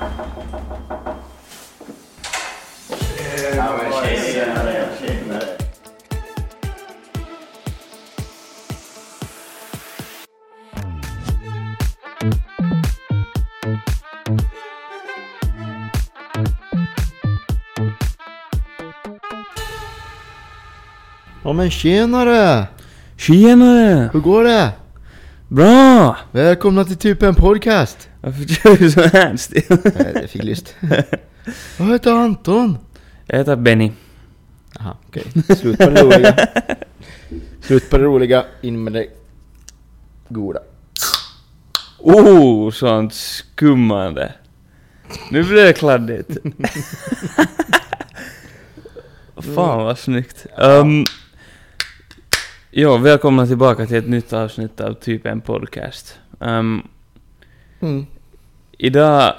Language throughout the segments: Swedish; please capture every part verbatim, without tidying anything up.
Ja, men tjenare, tjenare. Ja men tjenare! Tjenare! Hur går det? Bra! Välkomna till typ en podcast. Varför gör du så här still? Nej, jag fick lust. Jag heter Anton. Jag heter Benny. Aha, okej. Okay. Slut på det roliga. Slut på det roliga. In med det goda. Oh, sånt skummande. Nu blir det kladdigt. Fan vad snyggt. Um, ja, välkomna tillbaka till ett nytt avsnitt av typ en podcast. Um, Mm. Idag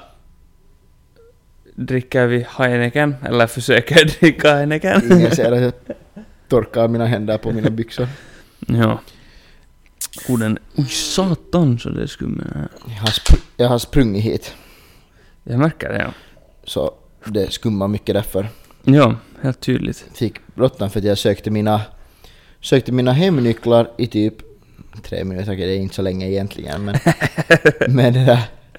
dricker vi Heineken, eller försöker dricka Heineken. Ingen ser att jag torkar mina händer på mina byxor. Ja. Oh, den... Oj, satan så det är skummen här. Jag har, spr- jag har sprungit hit. Jag märker det, ja. Så det skummar mycket därför. Ja, helt tydligt. Fick bråttom för att jag sökte mina, sökte mina hemnycklar i typ tre minuter. Det är inte så länge egentligen. Men, men det där.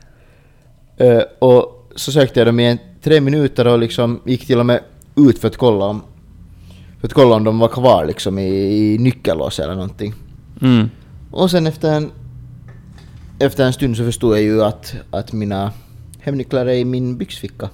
Uh, och så sökte jag dem i en, tre minuter och liksom gick till och med ut för att kolla om, för att kolla om de var kvar liksom i, i nyckellås eller någonting. Mm. Och sen efter en, efter en stund så förstod jag ju att, att mina hemnycklar är i min byxficka.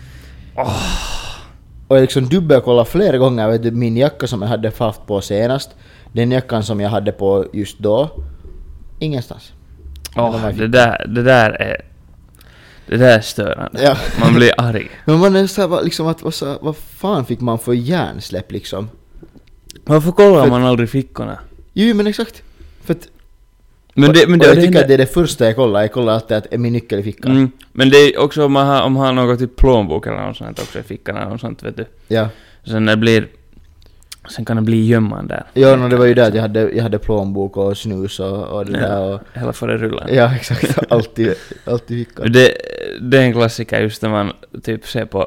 Oh. Och jag liksom dubbelkollade flera gånger, vet du, min jacka som jag hade haft på senast, den jackan som jag hade på just då, ingenstans. Oh, det, där, det där är det där är störande. Ja. Man blir arg. Men man är så här, liksom att, vad, så, vad fan fick man för hjärnsläpp liksom? Varför kollar för man aldrig fickorna? Jo men exakt. För att, Men det, men det, och jag det, tycker det, att det är det första jag kollar. Jag kollar alltid att är min nyckel i fickan. mm, men det är också om man har, om man har något i plånbok eller något sånt också i fickan eller något sånt, vet du. Ja. Sen när det blir, sen kan det bli gömman där. Ja, no, det var ju det att jag hade, jag hade plånbok och snus och, och det Ja, där och... hela för det rullar. Ja, exakt. Alltid, alltid i fickan. Det, det är en klassiker just när man typ ser på,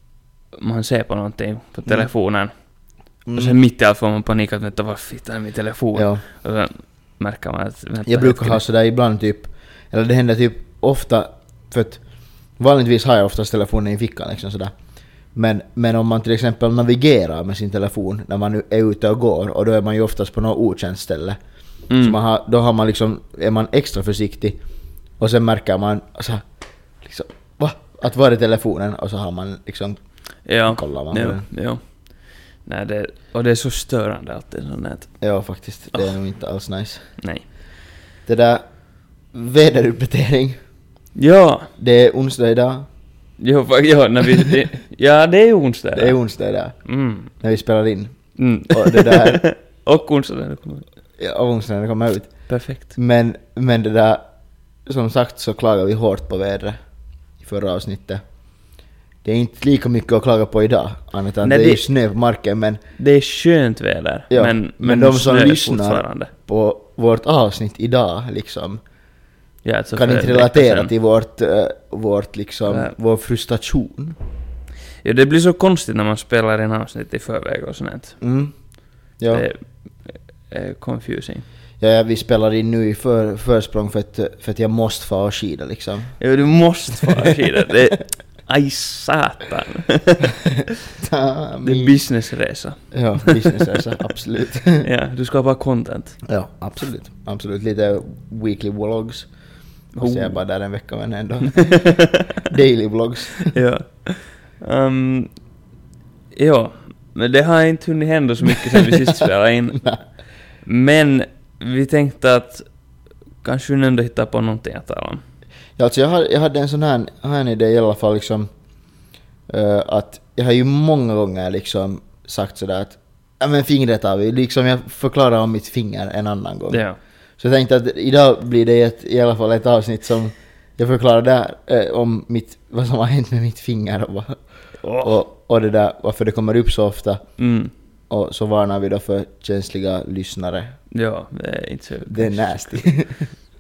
man ser på någonting på telefonen. Mm. Och sen mitt i allt får man panik att vänta, vad fittar är min telefon? Ja. Och sen märker man att vänta, Jag brukar ha sådär ibland typ, eller det händer typ ofta, för att vanligtvis har jag oftast telefonen i fickan liksom sådär. Men, men om man till exempel navigerar med sin telefon när man är ute och går, och då är man ju oftast på något okänt ställe. Mm. Så man har, då har man liksom, är man extra försiktig och sen märker man alltså, liksom, va? Att var är telefonen? Och så har man liksom, ja. kollar man ja, den. ja. Nej, det, och det är så störande alltid sånt här. Ja faktiskt, det är Oh. nog inte alls nice. Nej. Det där väderuppdatering, Ja. det är onsdag idag. Jo, fa- ja, när vi, det, ja, det är onsdag. Det är onsdag idag. Mm. När vi spelar in. Mm. Och det där, och onsdag när det kommer. ja, onsdag när det kommer ut. Perfekt. Men, men det där, som sagt så klagar vi hårt på vädret i förra avsnittet. Det är inte lika mycket att klaga på idag, annat än Nej, det är det- snö på marken, men Det är skönt väder, Ja, men, men men, de som snö är lyssnar- fortfarande. på vårt avsnitt idag liksom Ja, alltså kan för inte en vecka relatera sedan. till vårt, uh, vårt liksom, Nej. vår frustration. Ja, det blir så konstigt när man spelar en avsnitt i förväg och sånt. Mm. Ja. Det är, är confusing. Ja, vi spelar in nu i för, försprång för att, för att jag måste få skida liksom. Ja, du måste fara skidor. Det aj satan. Det är businessresa. Ja, businessresa, absolut. Ja, du skapar content. Ja, absolut. Absolut. Lite weekly vlogs. Måste jag bara där en vecka, men ändå. Daily vlogs. Ja. Um, ja, men det har inte hunnit hända så mycket sen vi sist spelade in. Men vi tänkte att kanske vi ändå hittar på någonting att tala om. Ja, alltså jag, har, jag hade en sån här, här en idé i alla fall liksom, uh, att jag har ju många gånger liksom sagt sådär att ja men fingret har vi, liksom jag förklarar om mitt finger en annan gång. Ja. Så jag tänkte att idag blir det ett, i alla fall ett avsnitt som jag förklarar där eh, om mitt, vad som har hänt med mitt finger och, vad- Oh. och, och det där, varför det kommer upp så ofta. Mm. Och så varnar vi då för känsliga lyssnare. Ja, det är inte så... Det är nasty.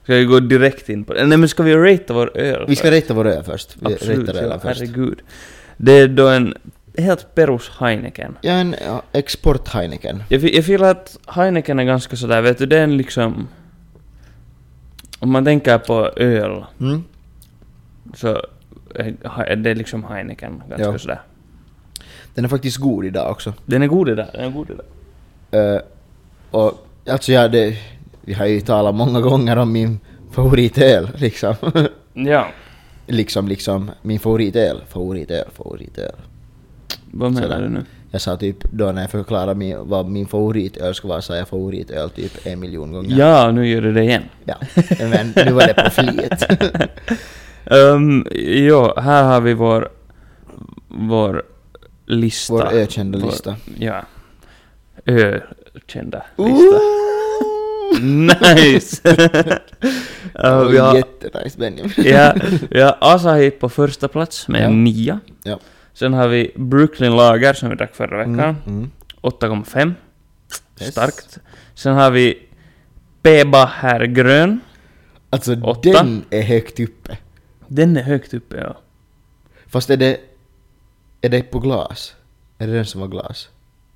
Ska vi gå direkt in på det? Nej, men ska vi ratea vår öl? Vi ska ratea vår öl först. Vi Absolut, ratear ölen ja, först. herregud. Det är då en helt perus Heineken. Ja, en ja, export Heineken. Jag, jag filar att Heineken är ganska sådär, vet du, det är en liksom... Om man tänker på öl, Mm. så är det liksom Heineken ganska Ja. sådär. Den är faktiskt god idag också. Den är god idag, den är god idag. Uh, och alltså ja, det, vi har ju talat många gånger om min favoritöl, liksom. Ja. liksom, liksom, min favoritöl, favoritöl, favoritöl. Vad menar Sådär. du nu? Jag sa typ, då när jag förklarade min, vad min favoritöl ska vara, sa jag favoritöl typ en miljon gånger. Ja, nu gör du det igen. Ja, men nu var det på flit. um, jo, här har vi vår vår lista. Vår ökända Vår- lista. Ja. Ökända lista. Nice! uh, vi har, Jättenice, Benjamin. ja, vi har Asahi på första plats med Ja. en nia. Ja. Sen har vi Brooklyn Lager som vi drack förra veckan. Mm, mm. åtta komma fem. Yes. Starkt. Sen har vi P-Baher grön. Alltså Åtta. den är högt uppe. Den är högt uppe, ja. Fast är det, är det på glas? Är det den som var glas?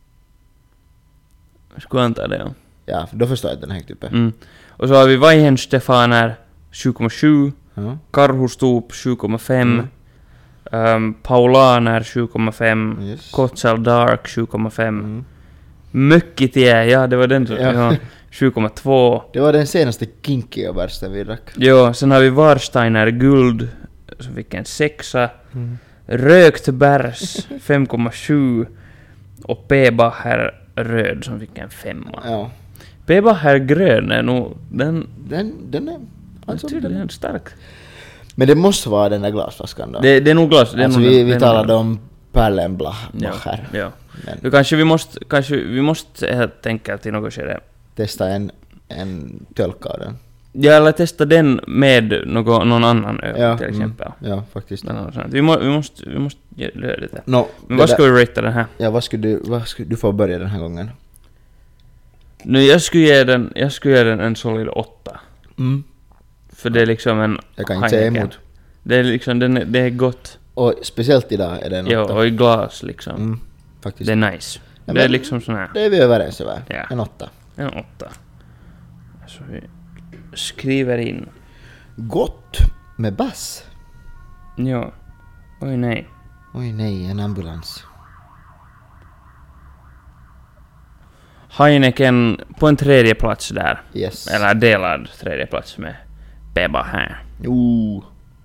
Jag skulle anta det, ja. Ja, då förstår jag att den är högt uppe. Mm. Och så har vi Weihenstefaner sju komma sju, Ja. Karhustup sju komma fem, Mm. um, Paulaner sju komma fem, Yes. Kotsal Dark sju komma fem, Mm. Mökkitie, ja det var den som, Ja. ja, sju komma två. Det var den senaste kinkiga värsta vi drack. Jo, sen har vi Warsteiner Guld som fick en sexa, Mm. Rökt bärs fem komma sju och P-Baher röd som fick en femma. Ja. P-Baher grön är nog, den, Den, den är... Alltså, den, tydligen stark. men det måste vara den där glasflaskan då. Det, det är nog glas. Det är alltså nog vi, den- vi den- talade om Perlenblach Ja, här. ja. Men Nu kanske vi måste, kanske vi måste helt enkelt i något skede. testa en, en tölka av den. Ja, eller testa den med något, någon annan öl Ja, till exempel. Mm, ja, faktiskt. Eller något sånt. Vi, må, vi måste, vi måste göra det lite. No, Men det vad ska där- vi ratea den här? Ja, vad skulle du... Vad skulle, du får börja den här gången. Nu, jag skulle ge den, jag skulle ge den en solid åtta. Mm. För det är liksom en Jag kan inte säga Heineken. emot. Det är liksom, den är, det är gott. Och speciellt idag är det en Ja, åtta. och i glas liksom. Mm, faktiskt. Det är nice. Ja, det är men- liksom sån här. Det är vi överens över. Ja. En åtta. En åtta. Så vi skriver in. Gott med bass. Ja. Oj nej. Oj nej, en ambulans. Heineken på en tredje plats där. Yes. Eller delad tredje plats med P-Baher. Ooh.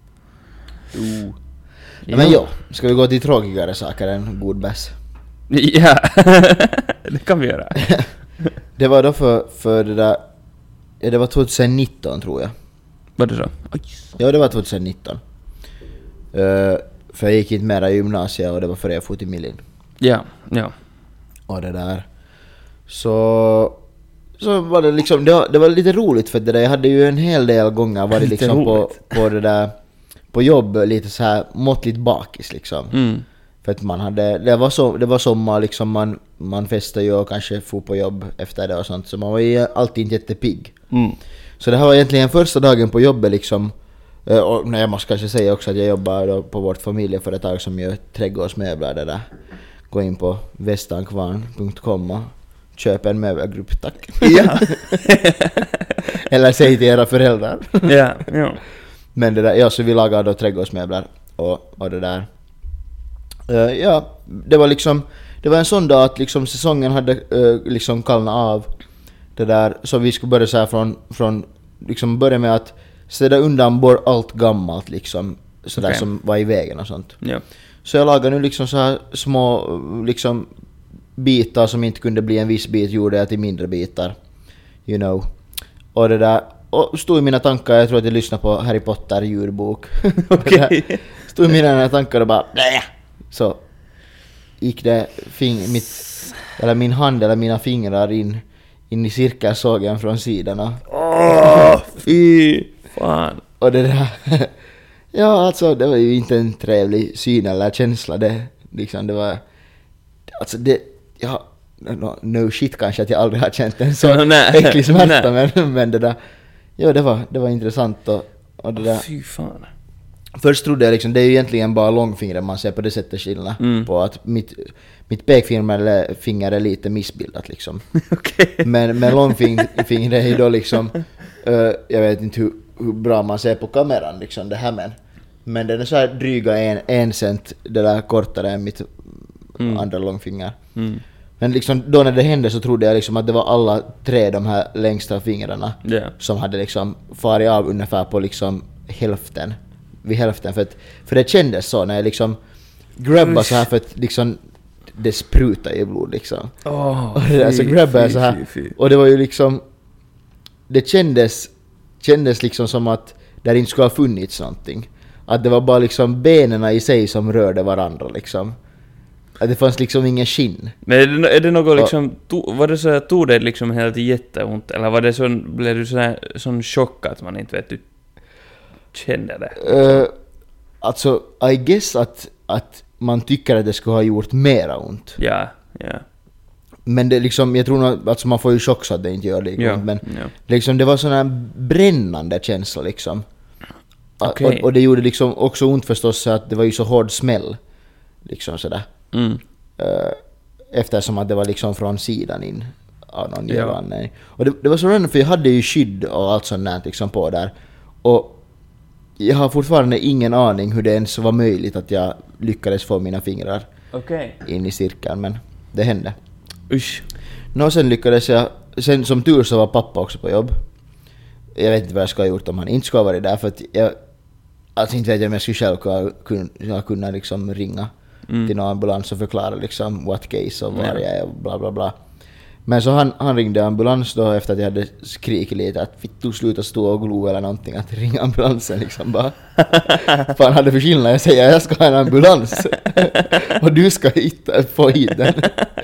Ooh. Ja, men ja, ska vi gå till tråkigare saker än god bass? Ja, det kan vi göra. Det var då för, för det där... Ja, det var tjugonitton tror jag. Var det så? Oj. Ja, det var tjugonitton. Uh, för jag gick inte mera i gymnasiet och det var före jag fot i Millin. Ja, ja. Och det där. Så... Så var det liksom... Det var, det var lite roligt för det där. Jag hade ju en hel del gånger varit Lite liksom på, roligt. på det där... På jobb lite så här måttligt bakis liksom. Mm. För att man hade... Det var, så, det var sommar liksom. Man, man festade ju och kanske for på jobb efter det och sånt. Så man var ju alltid inte jättepigg. Mm. Så det här var egentligen första dagen på jobbet liksom. Eh, Och nej, jag måste kanske säga också att jag jobbar då på vårt familjeföretag som gör trädgårdsmöbler. Det där. Gå in på vestankvarn punkt com och köp en möbelgrupp, tack. Ja. Eller säg till era föräldrar. Ja, ja. Men det där, ja, så vi lagade då trädgårdsmöbler och, och det där. Eh, ja, det var liksom, det var en sån dag att liksom säsongen hade eh, liksom kallnat av. Det där, så vi skulle börja så här från, från liksom börja med att städa undan bort allt gammalt liksom. Sådär Okej. som var i vägen och sånt. Ja. Så jag lagade nu liksom så här små liksom bitar som inte kunde bli en viss bit, gjorde jag till mindre bitar. You know. Och det där, och stod i mina tankar, jag tror att jag lyssnade på Harry Potter ljudbok. Okej. Stod i mina tankar och bara blä! Så gick det fing, mitt, eller min hand eller mina fingrar in, in i cirkelsågen från sidorna. Åh, fy fan. Och det där, ja alltså det var ju inte en trevlig syn eller känsla det, liksom det var, alltså det, ja, no, no shit kanske att jag aldrig har känt en så Nej, äcklig smärta nej. men, men det där, ja, det var, det var intressant och, och det där. Fy fan. Först trodde jag liksom, det är ju egentligen bara långfingret man ser på det sättet skillnad Mm. på att mitt, mitt pekfinger finger är lite missbildat liksom. Okej. Men, men långfingret är ju då liksom, uh, jag vet inte hur, hur bra man ser på kameran liksom det här men. Men den är så här dryga en, en cent det där kortare än mitt Mm. andra långfinger. Mm. Men liksom då när det hände så trodde jag liksom att det var alla tre de här längsta fingrarna Ja. som hade liksom farit av ungefär på liksom hälften. Vid hälften för att, för det kändes så när jag liksom grabbade Usch. så här för att liksom det sprutade i blod liksom. Åh, Och det där, så grabbade jag så här fy, fy. och det var ju liksom det kändes kändes liksom som att där inte skulle ha funnits någonting. Att det var bara liksom benen i sig som rörde varandra liksom. Att det fanns liksom ingen skinn. Men är det, är det något liksom, to, var det så att tog det liksom helt jätteont eller var det sån, blev du sån, sån chock att man inte vet du kände det? Uh, alltså, I guess att, att man tycker att det skulle ha gjort mera ont. Ja, ja. Men det liksom, jag tror nog, alltså man får ju chock så att det inte gör lika Ja, ont. Men ja. liksom, det var sån här brännande känsla liksom. A- Okej. Och, och det gjorde liksom också ont förstås så att det var ju så hård smäll. Liksom sådär. Mm. Uh, eftersom att det var liksom från sidan in av någon Ja. jävla anledning. Och det, det var så random för jag hade ju skydd och allt sånt där liksom på där. Och jag har fortfarande ingen aning hur det ens var möjligt att jag lyckades få mina fingrar Okej. in i cirkeln, men det hände. Usch. Nå, sen lyckades jag, sen som tur så var pappa också på jobb. Jag vet inte vad jag ska ha gjort om han inte ska ha varit där för att jag, alltså inte vet jag om jag skulle själv kunna, kunna, kunna liksom ringa Mm. till någon ambulans och förklara liksom what case och var Ja. jag är och bla bla bla. Men så han, han ringde ambulans då efter att jag hade skrikit lite att fitt du sluta stå och glo eller någonting, att ringa ambulansen liksom bara. För han hade för skillnad, jag säger jag ska ha en ambulans och du ska hitta, få hit den.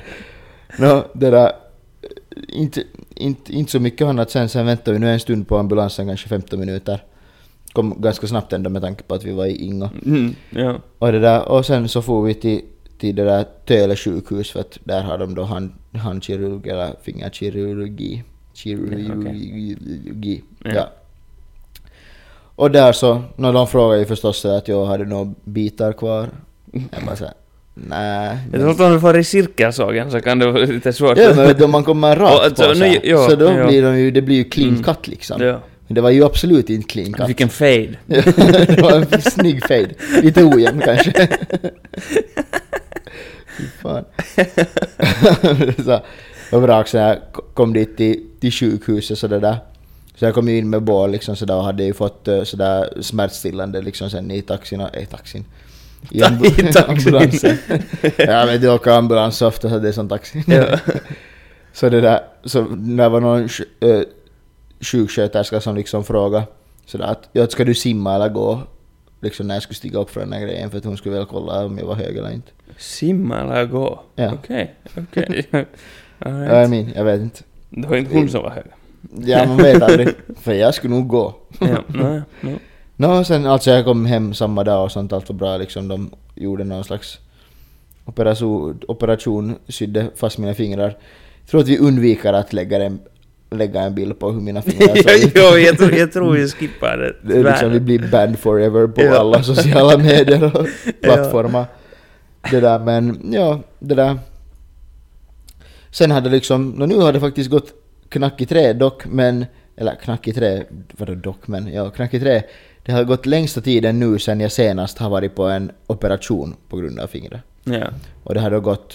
Nå, det där, inte, inte, inte så mycket annat sen, sen väntade vi nu en stund på ambulansen, kanske femton minuter. Kom ganska snabbt ändå med tanke på att vi var i Ingo. Mm. Ja. Och, det där, och sen så får vi till, till det där Töle sjukhus för att där har de då hand, handkirurg eller fingerkirurgi. Kirurgi. Ja. Ja. Och där så, när de frågade ju förstås så att jag hade några bitar kvar. Jag bara såhär, nej. Jag tror att om du får i cirkelsågen så kan det vara lite svårt. Ja, men då man kommer Och, rakt alltså, på så, nu- här, ja, så då ja. blir de ju, det blir ju clean Mm. cut liksom. Ja. Men det var ju absolut inte clean cut. Vilken fade. Ja, det var en snygg fade. Lite ojämn kanske. Fy fan. Så, jag var också jag kom dit till, till sjukhuset så det där. Så jag kom ju in med bål liksom så där och hade ju fått uh, så där smärtstillande liksom sen i taxin och, eh, taxin. I, ambu- I taxin. ambulansen. Ja men det åker ambulans så ofta så det är som taxi. Ja. Så det där, så när det var någon uh, sjuksköterska som liksom frågade sådär att ja, ska du simma eller gå liksom när jag skulle stiga upp från den här grejen för att hon skulle väl kolla om jag var hög eller inte. Simma eller gå? Ja. Okej, okej. All Ja, jag right. min, jag vet inte. Det var inte hon som var hög. Ja, man vet aldrig. För jag skulle nog gå. Ja, nej, nej. Nå, sen alltså jag kom hem samma dag och sånt, allt var bra liksom. De gjorde någon slags operation, operation sydde fast mina fingrar. Jag tror att vi undviker att lägga en, lägga en bild på hur mina fingrar ser ut. jo, jag tror, jag tror vi skippar det. Det är liksom, vi blir banned forever på Ja. alla sociala medier och plattformar. Det där, men ja, det där. Sen hade liksom, no, nu har det faktiskt gått knack i trä dock, men, eller knack i trä, vadå dock, men ja, knack i trä. Det har gått längsta tiden nu sen jag senast har varit på en operation på grund av fingret. Ja. Och det har då gått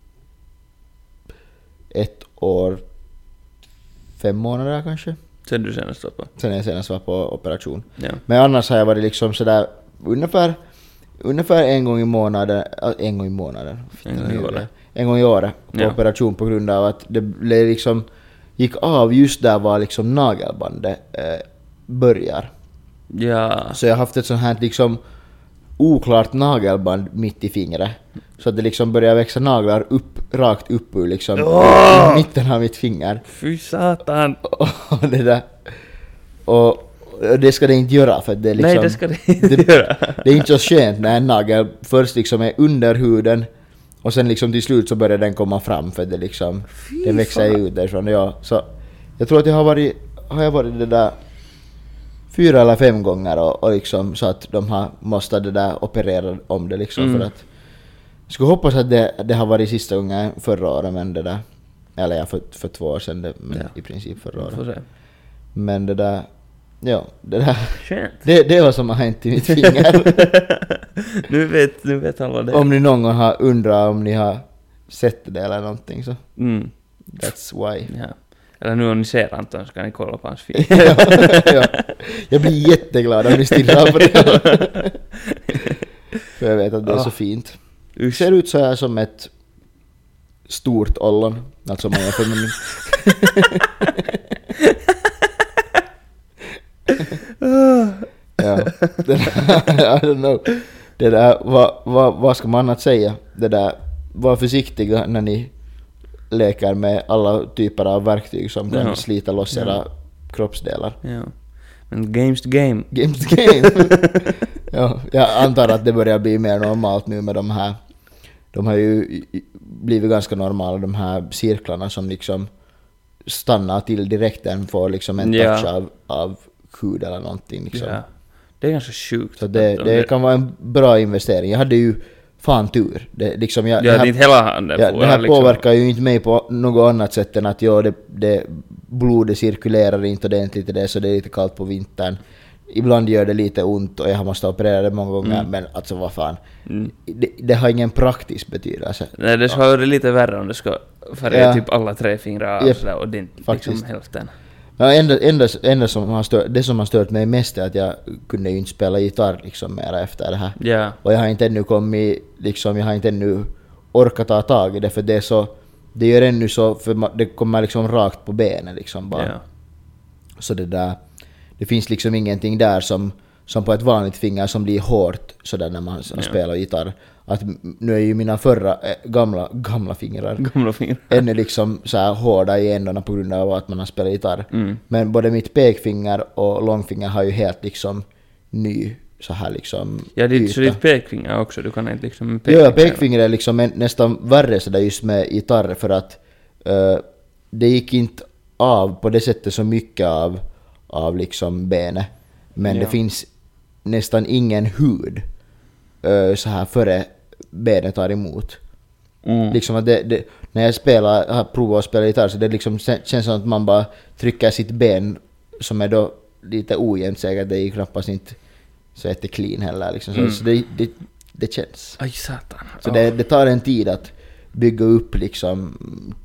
ett år, fem månader kanske. Sen du senast var på. Sen jag senast var på operation. Ja. Men annars har jag varit liksom sådär ungefär, ungefär en gång i månaden, äh, en gång i månaden. En gång i året. En gång i året på Ja. operation på grund av att det blev liksom, gick av just där var liksom nagelbandet eh, börjar. Ja. Så jag har haft ett sånt här liksom oklart nagelband mitt i fingret. Så att det liksom börjar växa naglar upp, rakt upp ur liksom Åh! i mitten av mitt finger. Fy satan. Och det där. Och, och det ska det inte göra för att det är liksom... Nej, det ska det inte det, göra. det är inte så skönt när en nagel först liksom är under huden och sen liksom till slut så börjar den komma fram för det liksom... Fy den växer fan. ju ut därifrån. Ja, så jag tror att jag har varit... Har jag varit det där fyra eller fem gånger och, och liksom så att de har måste det där operera om det liksom Mm. för att jag skulle hoppas att det, det har varit sista gången förra året men det där eller ja för, för två år sedan det, men Ja. i princip förra Får året. se. Men det där ja, det där Skönt. det, det är vad som har hänt i mitt finger. nu vet nu vet alla det. Om ni någon gång har undrat om ni har sett det eller någonting så Mm. that's why. Ja. Eller nu om ni ser Anton så kan ni kolla på hans film. ja, ja. Jag blir jätteglad om ni stirrar på det. För jag vet att det är så Ah. fint. Det Usch. ser ut så här som ett stort ollon. Alltså man jämför med min. ja. Det där, I don't know. Det där, vad, vad, vad ska man annat säga? Det där, var försiktiga när ni leker med alla typer av verktyg som kan Ja. slita loss era Ja. kroppsdelar. Ja. Men games to game. Games to game. ja, jag antar att det börjar bli mer normalt nu med de här. De har ju i- i- blivit ganska normala de här cirklarna som liksom stannar till direkt en får liksom en Ja. touch av, av hud eller någonting liksom. Ja. Det är ganska sjukt. Så det, att- det kan vara en bra investering. Jag hade ju fan tur. Det, liksom jag, Ja, det här, inte hela handen ja, får det här liksom- påverkar ju inte mig på något annat sätt än att ja, det, det, blodet cirkulerar inte ordentligt i det så det är lite kallt på vintern. Ibland gör det lite ont och jag måste operera det många gånger Mm. men alltså vad fan. Mm. Det, det har ingen praktisk betydelse. Nej, det ska vara lite värre om det ska färga Ja. typ alla tre fingrar av Japp, sådär och det liksom faktiskt. hälften. Ja, enda, enda, enda som har stört, det som har stört mig mest är att jag kunde ju inte spela gitarr liksom mera efter det här. Ja. Och jag har inte ännu kommit, liksom, jag har inte ännu orkat ta tag i det för det är så, det gör ännu så, för ma- det kommer liksom rakt på benen liksom bara. Ja. Så det där, det finns liksom ingenting där som, som på ett vanligt finger som blir hårt sådär när man Ja. spelar gitarr. Att m- nu är ju mina förra äh, gamla, gamla fingrar Gamla fingrar. ännu liksom så här hårda i ändarna på grund av att man har spelat gitarr. Mm. Men både mitt pekfinger och långfinger har ju helt liksom ny så här liksom Ja, ditt, så yta. ditt pekfinger också, du kan inte liksom... Jo, ja, pekfinger är liksom en, nästan värre sådär just med gitarr för att uh, det gick inte av på det sättet så mycket av, av liksom benet. Men Ja. det finns nästan ingen hud uh, så här före benet tar emot. Mm. Liksom att det, det, när jag spelar, har provat att spela gitarr så det liksom kän- känns som att man bara trycker sitt ben som är då lite ojämnt säkert. Det är ju knappast inte så jätte clean heller liksom. Så, Mm. så det, det, det känns. Aj, satan. Så Åh. det, det tar en tid att bygga upp liksom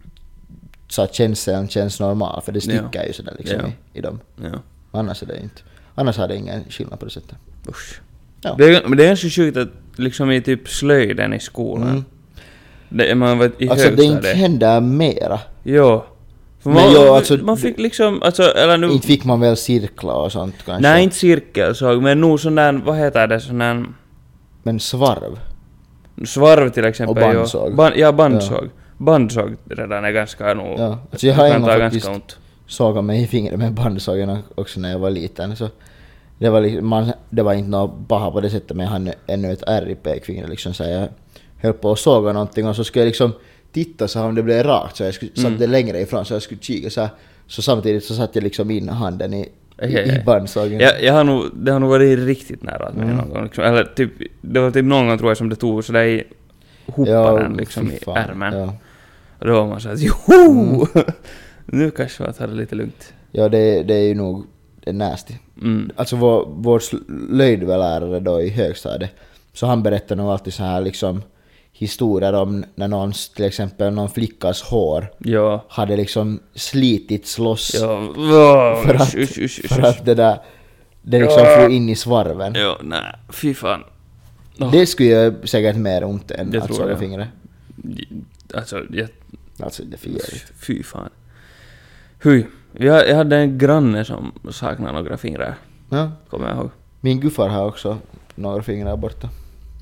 så att känslan känns normal. För det sticker Ja. ju sådär liksom Ja. i, i dem. Ja. Annars är det inte. Annars har det ingen skillnad på det sättet. Usch. Ja. Det, är, men det är ganska sjukt att liksom i typ slöjden i skolan. Mm. Det, man var i Alltså det inte högstadiet. händer mera. Jo. För Men man, jo, alltså, man fick liksom, alltså, eller nu... Inte fick man väl cirkla och sånt kanske. Nej, inte cirkelsåg, men nog sån där, vad heter det, sån där... Men svarv. Svarv till exempel. Och jo. bandsåg. Ban, ja, bandsåg. Bandsåg redan är ganska nog... Ja, alltså jag har en kan gång ta faktiskt ganska ont. sågat mig i fingret med bandsågen också när jag var liten. Så det var, liksom, man, det var inte något paha på det sättet men jag hade ännu ett ärr i pekfingret liksom, så jag höll på att såga någonting och så skulle jag liksom titta så om det blev rakt så jag skulle Mm. satt det längre ifrån så jag skulle kika så här, så samtidigt så satte jag liksom in handen i, Aj, i, aj, i aj. bandsågen. Jag, jag har nog, det har nog varit riktigt nära att mig Mm. någon gång. Liksom, eller typ, det var typ någon gång tror jag som det tog sådär i hopparen liksom fy i fan, ärmen. Ja, Och då var man såhär joho! nu kanske jag tar det lite lugnt. ja det, det är ju nog det är nasty. Mm. Alltså vår, vår slöjdlärare då i högstadiet, så han berättade nog alltid så här liksom historier om när någons, till exempel någon flickas hår Ja. hade liksom slitits loss Ja. Wow. för, att, usch, usch, usch, för usch. att det där det liksom Ja. får in i svarven. Ja, nej. Fy fan. Åh. Det skulle göra säkert mer ont än Det att tror såga jag. fingret. Alltså, jag, Alltså det är för jävligt. fy fan. Hui. Jag, jag hade en granne som saknade några fingrar. Ja. Kommer jag ihåg. Min guffar har också några fingrar borta.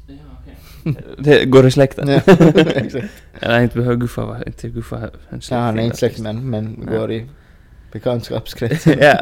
Det går i släkten. Ja, exakt. Eller inte behöver guffa vara, inte guffa en Ja, släkt. han är inte släktmän men Ja. går i bekantskapskretsen. Ja.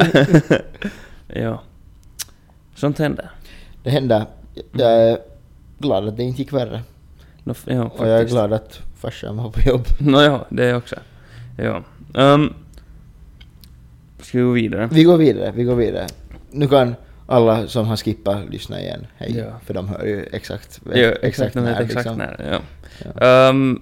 Ja. Sånt händer. Det händer. Jag är glad att det inte gick värre. No, f- ja, faktiskt. Och jag är glad att farsan var på jobb. Nå ja, det är också. Ja. Um, ska vi gå vidare? Vi går vidare, vi går vidare. nu kan alla som har skippat lyssna igen. Hej, Ja. för de hör ju exakt, Ja, exakt, exakt de vet när. exakt Liksom. när, ja. Ja. Um,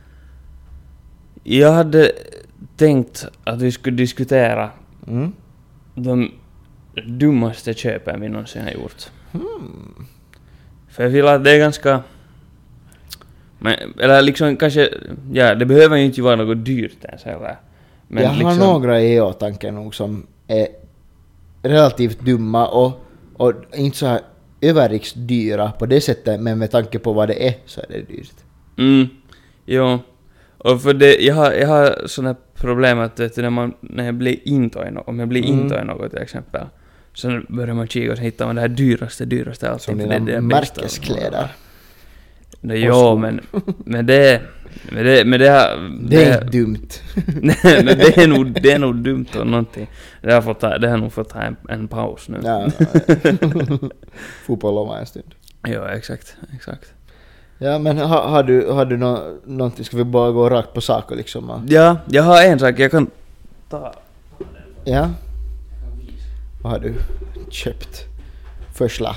jag hade tänkt att vi skulle diskutera Mm. de dummaste köpen vi någonsin har gjort. Hmm. För jag vill att det är ganska... Men, eller liksom kanske... Ja, det behöver ju inte vara något dyrt ens heller. Men jag har liksom, några i åtanke nog som är relativt dumma och, och inte så här överriksdyra på det sättet, men med tanke på vad det är så är det dyrt. Mm, jo. Och för det, jag har, jag har sådana problem att vet du, när, man, när jag blir inte i något, om jag blir Mm. inte i något till exempel, så börjar man kika och så hittar man det här dyraste, dyraste allting. Som för dina det är det bästa. märkeskläder. No, jo, men, men det... Men det, men det, här, Det är inte dumt. Nej, men det är nog, det är nog dumt och någonting. Det har, fått ta, det har nog fått ta en, en paus nu. Ja, fotboll om en stund. Ja, exakt, exakt. Ja, men har, har du, har du nå, någonting, ska vi bara gå rakt på saker liksom? Och, Ja, jag har en sak jag kan ta. ja? Vad har du köpt? Försla.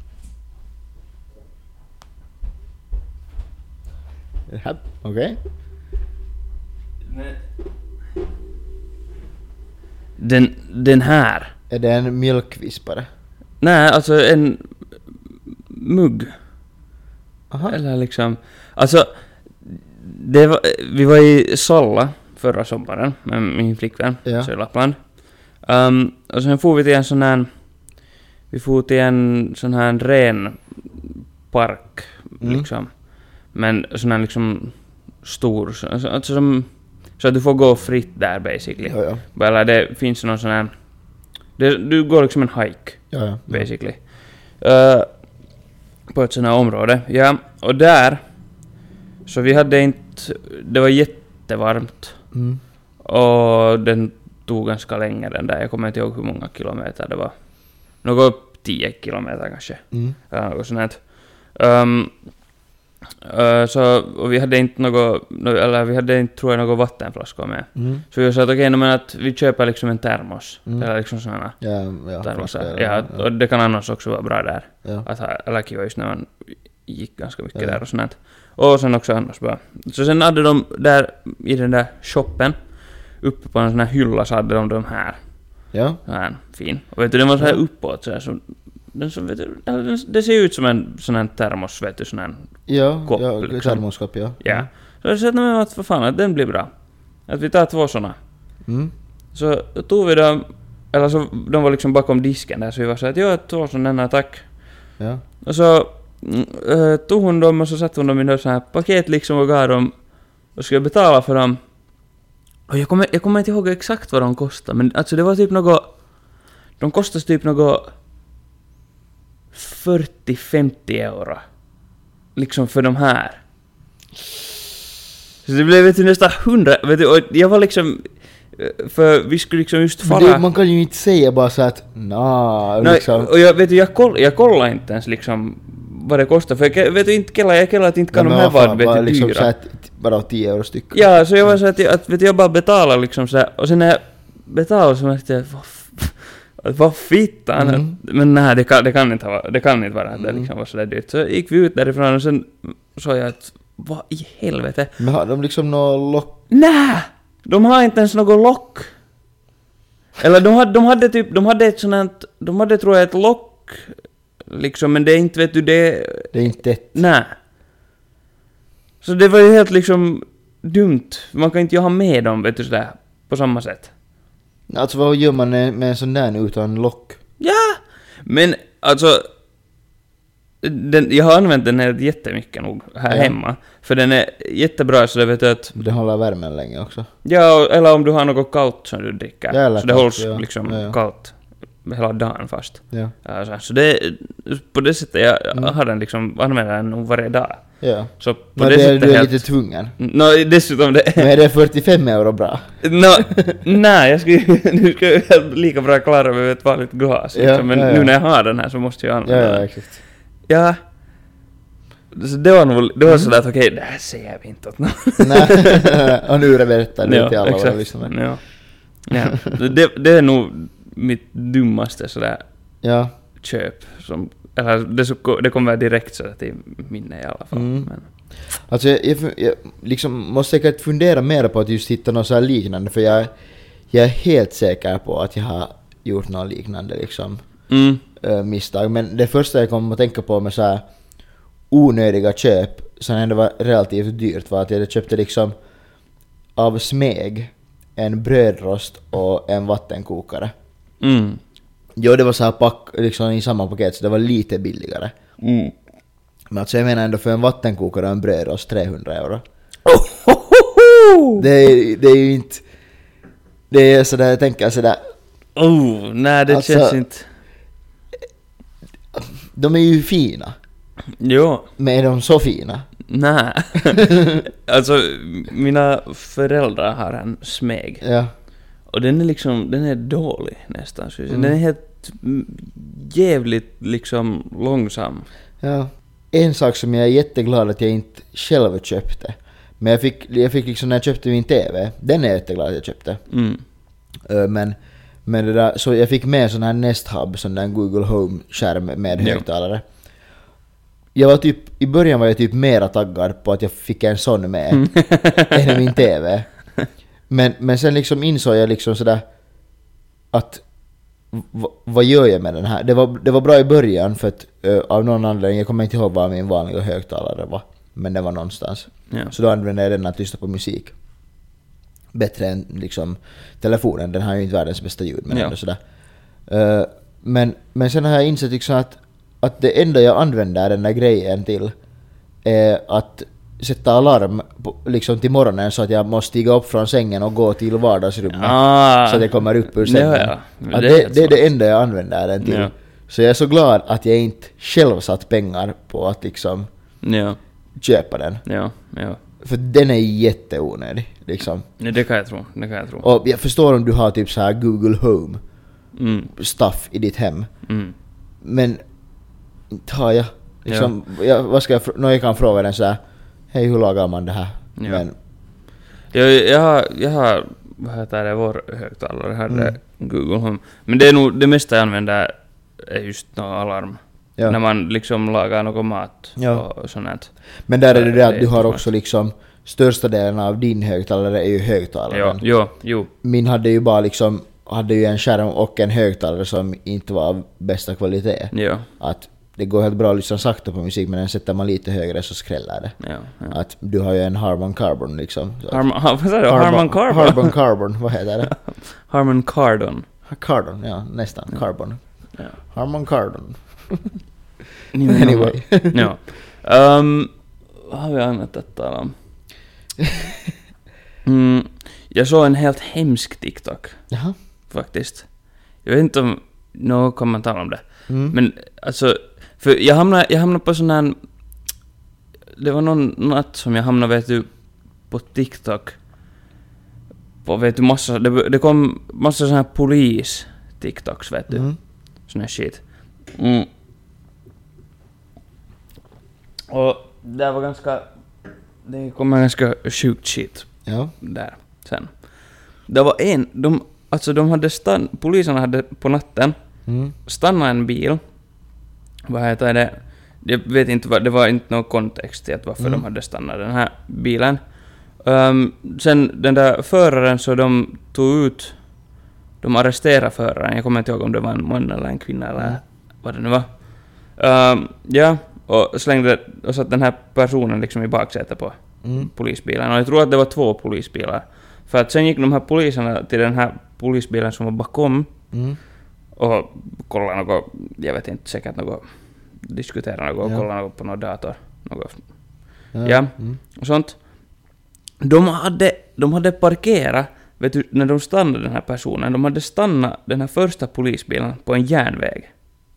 Okej. Okay. Den, den här. Är det en mjölkvispare? Nej, alltså en mugg. Aha. Eller liksom... Alltså, det var, vi var i Salla förra sommaren med min flickvän, Ja. så i Lappland. Um, och sen får vi till en sån här... Vi får till en sån här ren park, Mm. liksom. Men sån här liksom stor, så, alltså, alltså som, så att du får gå fritt där basically. Ja, ja. Eller det finns någon sån här, det, du går liksom en hike Ja, ja. basically. Uh, på ett sånt här område. Ja, och där, så vi hade inte, det var jättevarmt. Mm. Och den tog ganska länge den där, jag kommer inte ihåg hur många kilometer det var. Något tio kilometer kanske. Mm. Ja, något sånt här. Um, Uh, så, och vi hade inte något, no, eller vi hade inte, tror jag, något vattenflaskor med. Mm. Så vi sa att okej, okay, no, men att vi köper liksom en termos. Mm. Eller liksom sådana Ja, ja, termosar. flaskor, Ja, ja. och det kan annars också vara bra där. Ja. Att ha, eller kiva just när man gick ganska mycket Ja. där och sånt. Och sen också annars bara. Så sen hade de där, i den där shoppen, uppe på en sån här hylla så hade de de här. Ja. Så här, fin. Och vet du, den var så här Ja. uppåt så här, så, den som, vet du, eller den, det ser ut som en sån här termos, vet du, sån här. Ja, Kopp, ja, liksom. termoskopp, ja. Ja. Så jag sa att vad fan, att den blir bra. Att vi tar två såna. Mm. Så tog vi dem, eller så de var liksom bakom disken där, så vi var så att ja, två sådana, tack. Ja. Och så äh, tog hon dem och så satte hon dem i något sånt här paket liksom och gav dem och skulle betala för dem. Och jag kommer, jag kommer inte ihåg exakt vad de kostade, men alltså det var typ något, de kostade typ något fyrtio till femtio euro. Liksom för de här. Så det blev vet du, nästan hundra, vet du, och jag var liksom, för vi skulle liksom just Men fara... det, man kan ju inte säga bara så att nah, Nej, liksom. och jag vet du, jag, koll, jag kollade inte ens liksom vad det kostar, för jag vet du inte, Kela, jag Kela att inte kan Ja, de men här vad fan, vara, vet bara du, liksom dyra. så att bara tio euro styck. Ja, så jag var så att, jag, att vet du, jag bara betalar liksom så här, och sen när jag betalade så märkte jag, vad, f- vad fittan, Mm. men nej, det kan, det kan inte vara, det kan inte vara att det Mm. liksom var så där dyrt. Så gick vi ut därifrån och sen sa jag att, vad i helvete? Men har de liksom någon lock? Nej! De har inte ens något lock. Eller de hade, de hade typ, de hade ett sånt här, de hade tror jag ett lock, liksom, men det är inte, vet du, det... Det är inte tätt. Nej. Så det var ju helt liksom dumt. Man kan inte ju ha med dem, vet du, sådär, på samma sätt. Alltså vad gör man med med en sån där utan lock? Ja! Men alltså... Den, jag har använt den här jättemycket nog här Ja. hemma. För den är jättebra så det vet du att... Den håller värmen länge också. Ja, eller om du har något kallt som du dricker. Ja, eller så det kallt, hålls ja. liksom Ja, ja. kallt hela dagen fast. Ja. Ja, så, så det, på det sättet, jag Mm. har den liksom, använder den nog varje dag. Ja. Så på Men det, det, sättet du är helt... lite tvungen. No, dessutom det... Men är det fyrtiofem euro bra? No, nej, jag skulle, nu ska jag lika bra klara mig med ett vanligt glas. Ja, Liksom. Men ja, ja. nu när jag har den här så måste jag Ja, använda ja, den. exakt. Ja. Så det var nog, det var Mm. sådär att okej, det här säger vi inte åt någon. Nej, och nu berättar du Ja, till alla våra exakt. lyssnare. Ja. Ja. Det, det är nog mitt dummaste sådär Ja. köp som, eller det, så, det kommer direkt så till minne i alla fall. Mm. Men. Alltså jag, jag, jag liksom måste säkert fundera mer på att just hitta något så här liknande, för jag, jag är helt säker på att jag har gjort något liknande liksom Mm. äh, misstag. Men det första jag kom att tänka på med så här onödiga köp som ändå var relativt dyrt var att jag köpte liksom av Smeg en brödrost och en vattenkokare. Mm. Jo, det var så här pack liksom i samma paket, så det var lite billigare. Mm. Men alltså jag menar ändå för en vattenkokare och en brödrost trehundra euro. Oh, ho, ho, ho! Det är, det är ju inte... Det är sådär, jag tänker sådär... Oh, nej det Alltså- känns inte. De är ju fina. Jo, Men är de så fina? nej. Alltså, mina föräldrar har en Smeg. Ja. Och den är liksom, den är dålig nästan. Så Mm. Den är helt mm, jävligt liksom långsam. Ja. En sak som jag är jätteglad att jag inte själv köpte. Men jag fick, jag fick liksom när jag köpte min T V. Den är jag jätteglad att jag köpte. Mm. Ö, Men, men det där, så jag fick med en sån här Nest Hub, sån där Google Home-skärm med Ja. högtalare. Jag var typ, i början var jag typ mera taggad på att jag fick en sån med än min T V. Men, men sen liksom insåg jag liksom sådär att v- vad gör jag med den här? Det var, det var bra i början för att ö, av någon anledning, jag kommer inte ihåg vad min vanliga högtalare var, men det var någonstans. Ja. Så då använde jag den att lyssna på musik. Bättre än liksom telefonen, den har ju inte världens bästa ljud, men Ja. ändå sådär. Uh, men, men sen har jag insett liksom att, att det enda jag använder den där grejen till är att sätta alarm på, liksom till morgonen så att jag måste stiga upp från sängen och gå till vardagsrummet Ah. så att jag kommer upp ur sängen. Ja, ja. Att Det det, är det, helt det är smart. det enda jag använder den till. Ja. Så jag är så glad att jag inte själv satt pengar på att liksom Ja, köpa den. ja, ja. För den är jätteonödig liksom. Ja, det kan jag tro. Det kan jag tro. Och jag förstår om du har typ så här Google Home Mm. stuff i ditt hem. Mm. Men inte har jag. Liksom, jag, vad ska jag, fr- nå, jag kan fråga den så här: hej, hur lagar man det här? Ja. Men Jag, jag har, jag har, vad heter det, vår högtalare hade Mm. Google Home. Men det är nog, det mesta jag använder är just någon alarm. Ja. När man liksom lagar någon mat Ja. och sånt. Men där är det det att Det är du har jättesmart. också liksom största delen av din högtalare är ju Ja, högtalaren. jo, jo. Min hade ju bara liksom hade ju en skärm och en högtalare som inte var av bästa kvalitet. Ja, Att det går helt bra att lyssna sakta på musik, men den sätter man lite högre så skrällar det. ja. ja. Att du har ju en Harman Kardon liksom. Så att- Harman, ha, vad sa du? Harman Kardon? Harman Kardon, vad heter det? Harman Kardon. Kardon, ja, nästan. Carbon. Ja. Harman Kardon. Anyway. Anyway. Ja. Um, vad har vi annat att tala om? Mm, jag såg en helt hemsk TikTok Jaha. faktiskt. Jag vet inte om någon kommer tala om det. Mm. Men alltså, för jag hamnade, jag hamnade på sån här... Det var någon natt som jag hamnade, vet du, på TikTok. På, vet du, massa... Det, det kom massa sån här polis-TikToks, vet du. Mm. Sån här shit. Mm. Och det var ganska... Det kom en ganska sjukt shit Ja. där sen. Det var en... De, alltså de hade stann... Poliserna hade på natten Mm. stanna en bil. Vad heter det? Jag vet inte vad, det var inte någon kontext till att varför Mm. de hade stannat den här bilen. Um, sen den där föraren, så de tog ut, de arresterade föraren. Jag kommer inte ihåg om det var en man eller en kvinna eller Mm. vad det nu var. Um, ja, och slängde och satt den här personen liksom i baksätet på Mm. polisbilen. Och jag tror att det var två polisbilar. För att sen gick de här poliserna till den här polisbilen som var bakom Mm. och kolla något, jag vet inte, säkert något, diskutera något, Ja. kolla något på någon dator, något, Ja. Ja. Mm. och sånt. De hade, de hade parkerat, vet du, när de stannade den här personen, de hade stannat den här första polisbilen på en järnväg.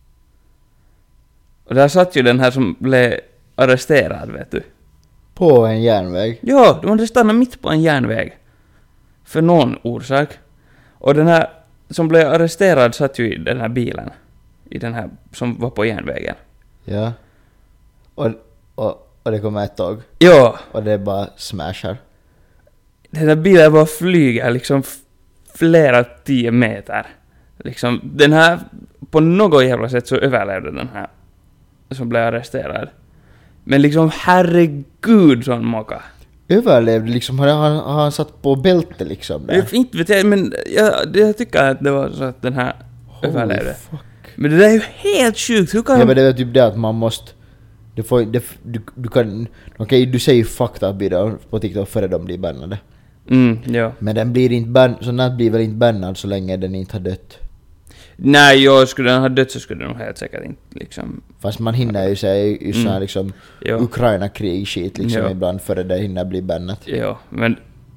Och där satt ju den här som blev arresterad, vet du. På en järnväg. Ja, de hade stannat mitt på en järnväg. För någon orsak. Och den här som blev arresterad satt ju i den här bilen. I den här som var på järnvägen. Ja. Och, och, och det kommer ett tåg. Ja, Och det bara smashar. den här bilen bara flyger liksom f- flera tio meter. liksom, den här, på något jävla sätt så överlevde den här som blev arresterad. Men liksom, herregud sån maka. Överlevde liksom, har han, har han satt på bälte liksom där? Jag, inte vet jag, men jag, jag tycker att det var så att den här Holy överlevde. Fuck. Men det där är ju helt sjukt, hur kan Ja men det är typ det att man måste... Du får, det, du, du kan... Okej, okay, du säger ju fucked up videor på TikTok före de blir bannade. Mm, ja. Men den blir inte ban... Så den blir väl inte bannad så länge den inte har dött. Nej, jag skulle den ha dött så skulle den nog helt säkert inte liksom... Fast man hinner ju säga just Mm. så här liksom Ja. Ukraina-krig shit liksom Ja. ibland före det hinner bli bannat. Ja, men...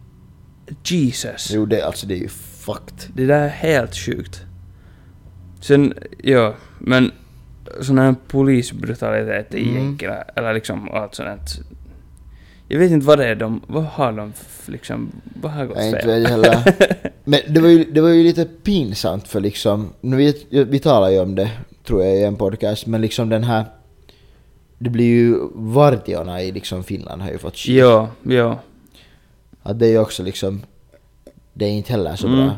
Jesus. Jo, det, alltså det är ju fucked. Det där är helt sjukt. Sen, ja, men sån här polisbrutalitet i Mm. Jenkila, eller liksom allt sånt. Jag vet inte vad det är de, vad har de f- liksom, vad har gått Jag inte fel? vet heller. Men det var, ju, det var ju lite pinsamt för liksom, nu vet, vi talar ju om det tror jag i en podcast, men liksom den här, det blir ju vartiorna i liksom Finland har ju fått shit. Ja, ja. Att det är ju också liksom, det är inte heller så Mm. bra.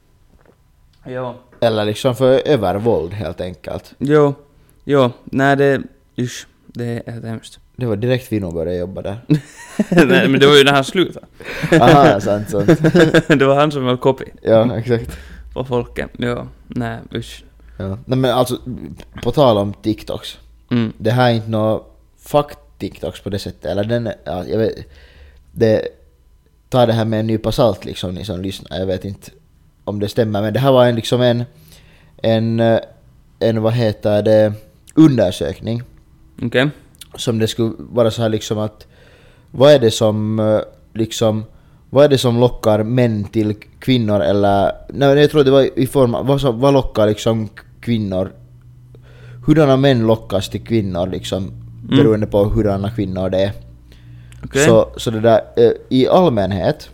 Ja. Eller liksom för övervåld helt enkelt. Jo, jo, nej det, usch, det är helt hemskt. Det var direkt vi nog började jobba där. Nej, men det var ju när han slutade. Aha, sant, sant. Det var han som var copy Ja, exakt. på folket. Ja, nej, usch. Ja. Nej men alltså, på tal om TikToks. Mm. Det här är inte något fuck TikToks på det sättet. Eller den, ja, jag vet, det, ta det här med en nypa salt liksom, ni som lyssnar. Jag vet inte om det stämmer, men det här var en liksom en, en, en vad heter det, undersökning. Okej. Okay. Som det skulle vara så här liksom att, vad är det som eh, liksom, vad är det som lockar män till kvinnor eller, nej jag tror det var i form av, vad, som, vad lockar liksom kvinnor, hurdana män lockas till kvinnor liksom, Mm. beroende på hurdana kvinnor det är. Okej. Så, så det där, eh, i allmänhet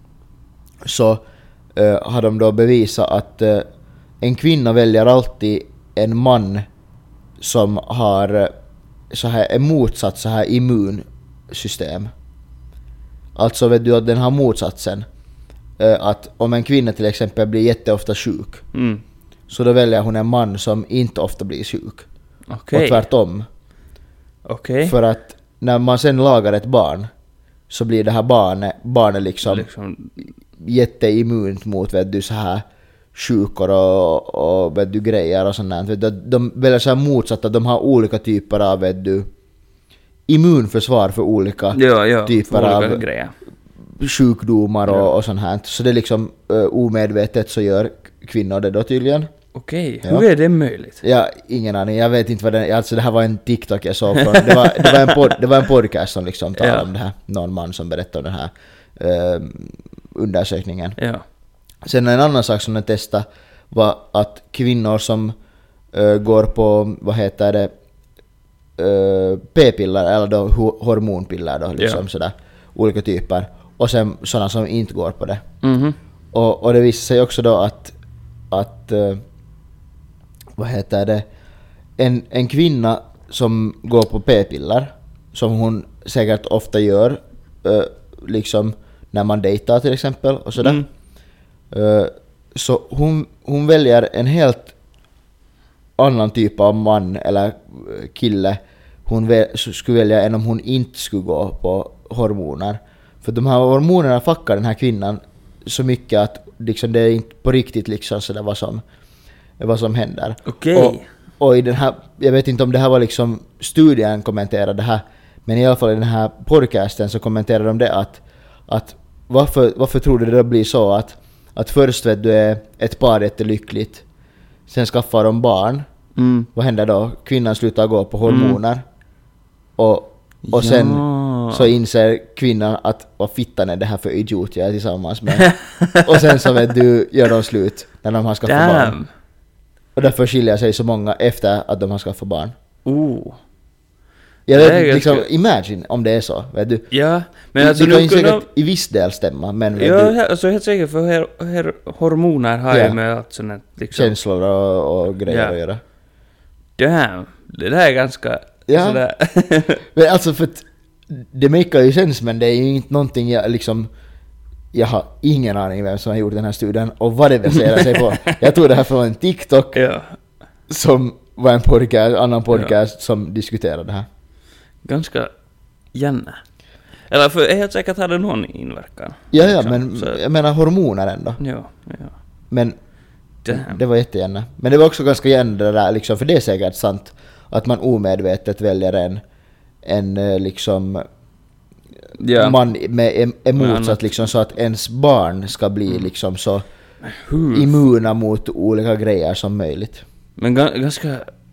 så eh, har de då bevisat att eh, en kvinna väljer alltid en man som har eh, så här är motsatt så här immunsystem. Alltså vet du att den har motsatsen. Eh, att om en kvinna till exempel blir jätteofta sjuk, Mm. så då väljer hon en man som inte ofta blir sjuk. Okej. Och tvärtom. Okej. För att när man sen lagar ett barn så blir det här barnet, barnet liksom, Liksom, jätteimmunt mot vet du så här sjukor och, och vet du grejer och sånt där. Vet du, de väljer så här motsatt att de har olika typer av vet du immunförsvar för olika ja, ja, typer olika av grejer. sjukdomar och, Ja. och sånt här. Så det är liksom uh, omedvetet så gör kvinnor det då tydligen. Okej, Ja. hur är det möjligt? Ja, ingen aning. Jag vet inte vad den... Alltså det här var en TikTok jag såg från... Det var, det var, en, pod, det var en podcast som liksom talade Ja. om det här. Någon man som berättade om den här uh, undersökningen. Ja. Sen en annan sak som den testade var att kvinnor som uh, går på, vad heter det, uh, p-piller eller då ho- hormonpiller då, liksom Ja. sådär, olika typer. Och sen sådana som inte går på det. Mhm. Och, och det visar sig också då att, att uh, vad heter det, en, en kvinna som går på p-piller, som hon säkert ofta gör, uh, liksom när man dejtar till exempel och sådär. Mm. Uh, så hon, hon väljer en helt annan typ av man eller kille hon väl, skulle välja än om hon inte skulle gå på hormoner. För de här hormonerna fuckar den här kvinnan så mycket att liksom det är inte på riktigt liksom så där vad som, vad som händer. Okej. Och, och i den här, jag vet inte om det här var liksom studien kommenterade det här, men i alla fall i den här podcasten så kommenterade de det att, att varför, varför tror du det blir så att, att först vet du är ett par jättelyckligt, sen skaffar de barn. Mm. Vad händer då? Kvinnan slutar gå på hormoner. Mm. Och, och sen Ja. så inser kvinnan att vad fittan är det här för idiot jag är tillsammans med. Och sen så vet du, gör de slut när de har skaffat barn. Damn. Och därför skiljer sig så många efter att de har skaffat barn. Oh. Jag Det vet är inte, liksom, ganska- imagine om det är så. Vet du? Ja, men det alltså det kan nu ju kunna... säkert i viss del stämma, men vet Ja, du, he- alltså helt säkert för her, her, hormoner har Ja. ju med allt sånt här, liksom... känslor och, och grejer Ja. att göra. Damn. Det där är ganska... Ja. Sådär. Men alltså för att det makar ju sens, men det är ju inte någonting jag liksom jag har ingen aning vem som har gjort den här studien och vad det baserar sig på. Jag tog det här från en TikTok Ja. som var en podcast, annan podcast ja. som diskuterade det här. Ganska gärna. Eller för helt säkert hade någon inverkan. Ja, ja, liksom. men Så, jag menar hormoner ändå. ja, ja. Men Det, det var jättegärna. Men det var också ganska gärna det där, liksom, för det är säkert sant att man omedvetet väljer en, en liksom ja. man med em- emot Men så att, liksom, så att ens barn ska bli Mm. liksom så Hur? immuna mot olika grejer som möjligt. Men ga- ganska...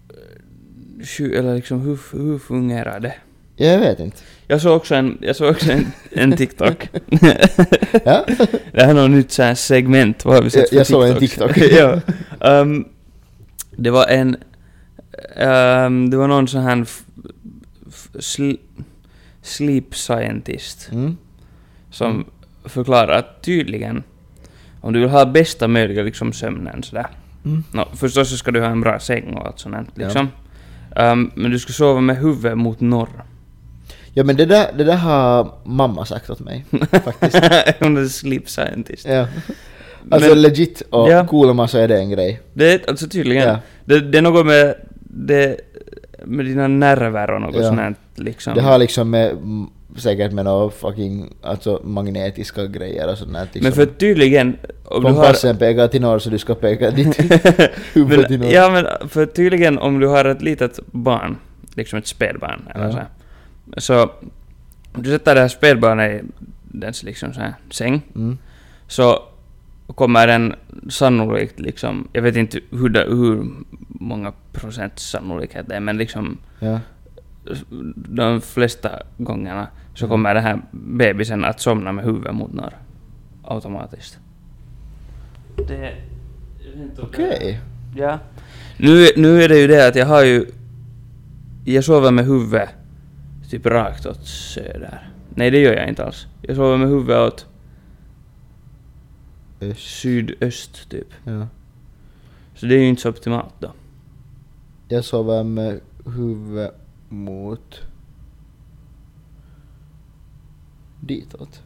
sju- Eller liksom, hur, hur fungerar det? Jag vet inte. Jag såg också en, jag såg också en, en TikTok. Ja? Det här är något nytt så här segment. Vad har vi sett Jag, för jag såg en TikToks? TikTok. Ja. Um, det var en... Um, det var någon sån här... F- f- sl- sleep scientist Mm. som Mm. förklarar att tydligen om du vill ha bästa möjliga liksom sömnen sådär. Mm. No, förstås så ska du ha en bra säng och allt sånt liksom. Ja. Um, men du ska sova med huvudet mot norr. Ja, men det där, det där har mamma sagt åt mig faktiskt. Hon är sleep scientist. Ja. Alltså Men- legit och Ja. coolma så är det en grej. Det är alltså tydligen. Ja. Det, det är något med det, med dina nerver och något Ja. sånt här, liksom. Det har liksom med, mm, säkert med några fucking alltså magnetiska grejer och sånt där. Liksom. Men för tydligen om du har, kompassen pekar till norr så du ska peka ditt huvud till men, norr. ja men för tydligen om du har ett litet barn, liksom ett spädbarn eller Ja. så här, så om du sätter det här spädbarnet i dens liksom så här säng, Mm. så kommer den sannolikt liksom, jag vet inte hur, det, hur många procent sannolikhet det är, men liksom Ja. de flesta gångerna så kommer den här bebisen att somna med huvudet mot norr automatiskt. Det... Okej. Ja. Nu, nu är det ju det att jag har ju... Jag sover med huvudet typ rakt åt söder. Nej, det gör jag inte alls. Jag sover med huvudet åt Öst. sydöst typ. Ja. Så det är ju inte så optimalt då. Jag sover med huvudet mot ditåt.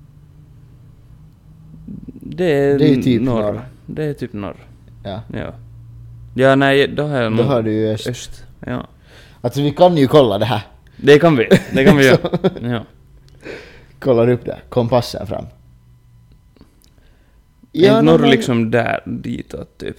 Det är, Det är typ norr. norr. Det är typ norr. Ja. Ja. Ja, nej, då har jag Då nog har du ju öst. öst. Ja. Alltså vi kan ju kolla det här. Det kan vi. Det kan vi göra. Ja. Kollar upp det. Kompassen fram. Ja, nej, norr men- liksom där, ditåt typ.